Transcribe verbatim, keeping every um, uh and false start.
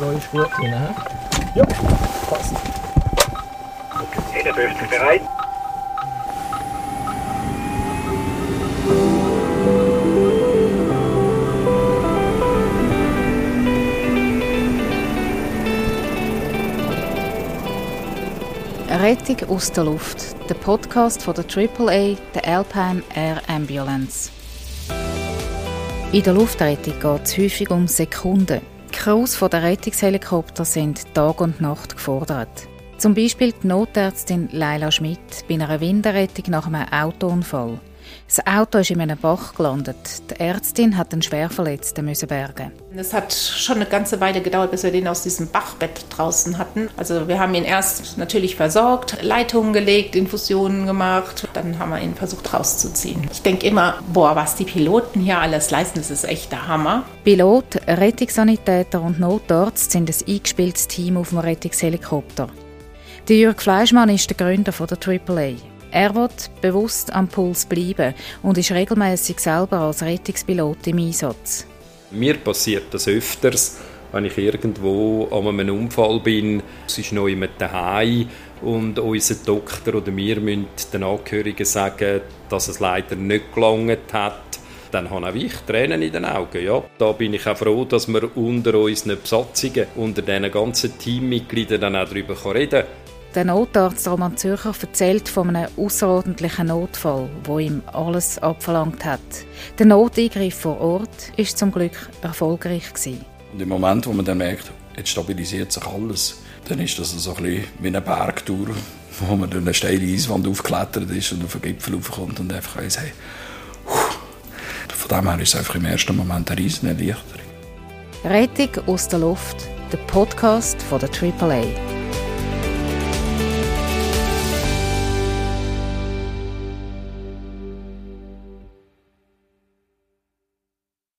Treu ist gut drin, he? Ja, passt. einundfünfzig bereit. Rettung aus der Luft, der Podcast von der Triple A, der Alpine Air Ambulance. In der Luftrettung geht es häufig um Sekunden. Die Crews der Rettungshelikopter sind Tag und Nacht gefordert. Zum Beispiel die Notärztin Leila Schmidt bei einer Winterrettung nach einem Autounfall. Das Auto ist in einem Bach gelandet. Die Ärztin hat einen Schwerverletzten müssen bergen. Es hat schon eine ganze Weile gedauert, bis wir den aus diesem Bachbett draußen hatten. Also wir haben ihn erst natürlich versorgt, Leitungen gelegt, Infusionen gemacht. Dann haben wir ihn versucht rauszuziehen. Ich denke immer, boah, was die Piloten hier alles leisten, das ist echt der Hammer. Pilot, Rettungssanitäter und Notarzt sind ein eingespieltes Team auf dem Rettungshelikopter. Der Jürg Fleischmann ist der Gründer der Triple A. Er will bewusst am Puls bleiben und ist regelmäßig selber als Rettungspilot im Einsatz. Mir passiert das öfters, wenn ich irgendwo an einem Unfall bin. Es ist noch immer daheim und unser Doktor oder wir müssen den Angehörigen sagen, dass es leider nicht gelangt hat. Dann habe auch ich Tränen in den Augen. Ja, da bin ich auch froh, dass wir unter unseren Besatzungen, unter diesen ganzen Teammitgliedern dann auch darüber reden können. Der Notarzt Roman Zürcher erzählt von einem außerordentlichen Notfall, wo ihm alles abverlangt hat. Der Noteingriff vor Ort war zum Glück erfolgreich gewesen. Und im Moment, wo man dann merkt, jetzt stabilisiert sich alles, dann ist das so ein bisschen wie eine Bergtour, wo man durch eine steile Eiswand aufgeklettert ist und auf den Gipfel raufkommt und einfach weiss, hey, von dem her ist es einfach im ersten Moment eine riesen Erleichterung. Rettung aus der Luft, der Podcast von der Triple A.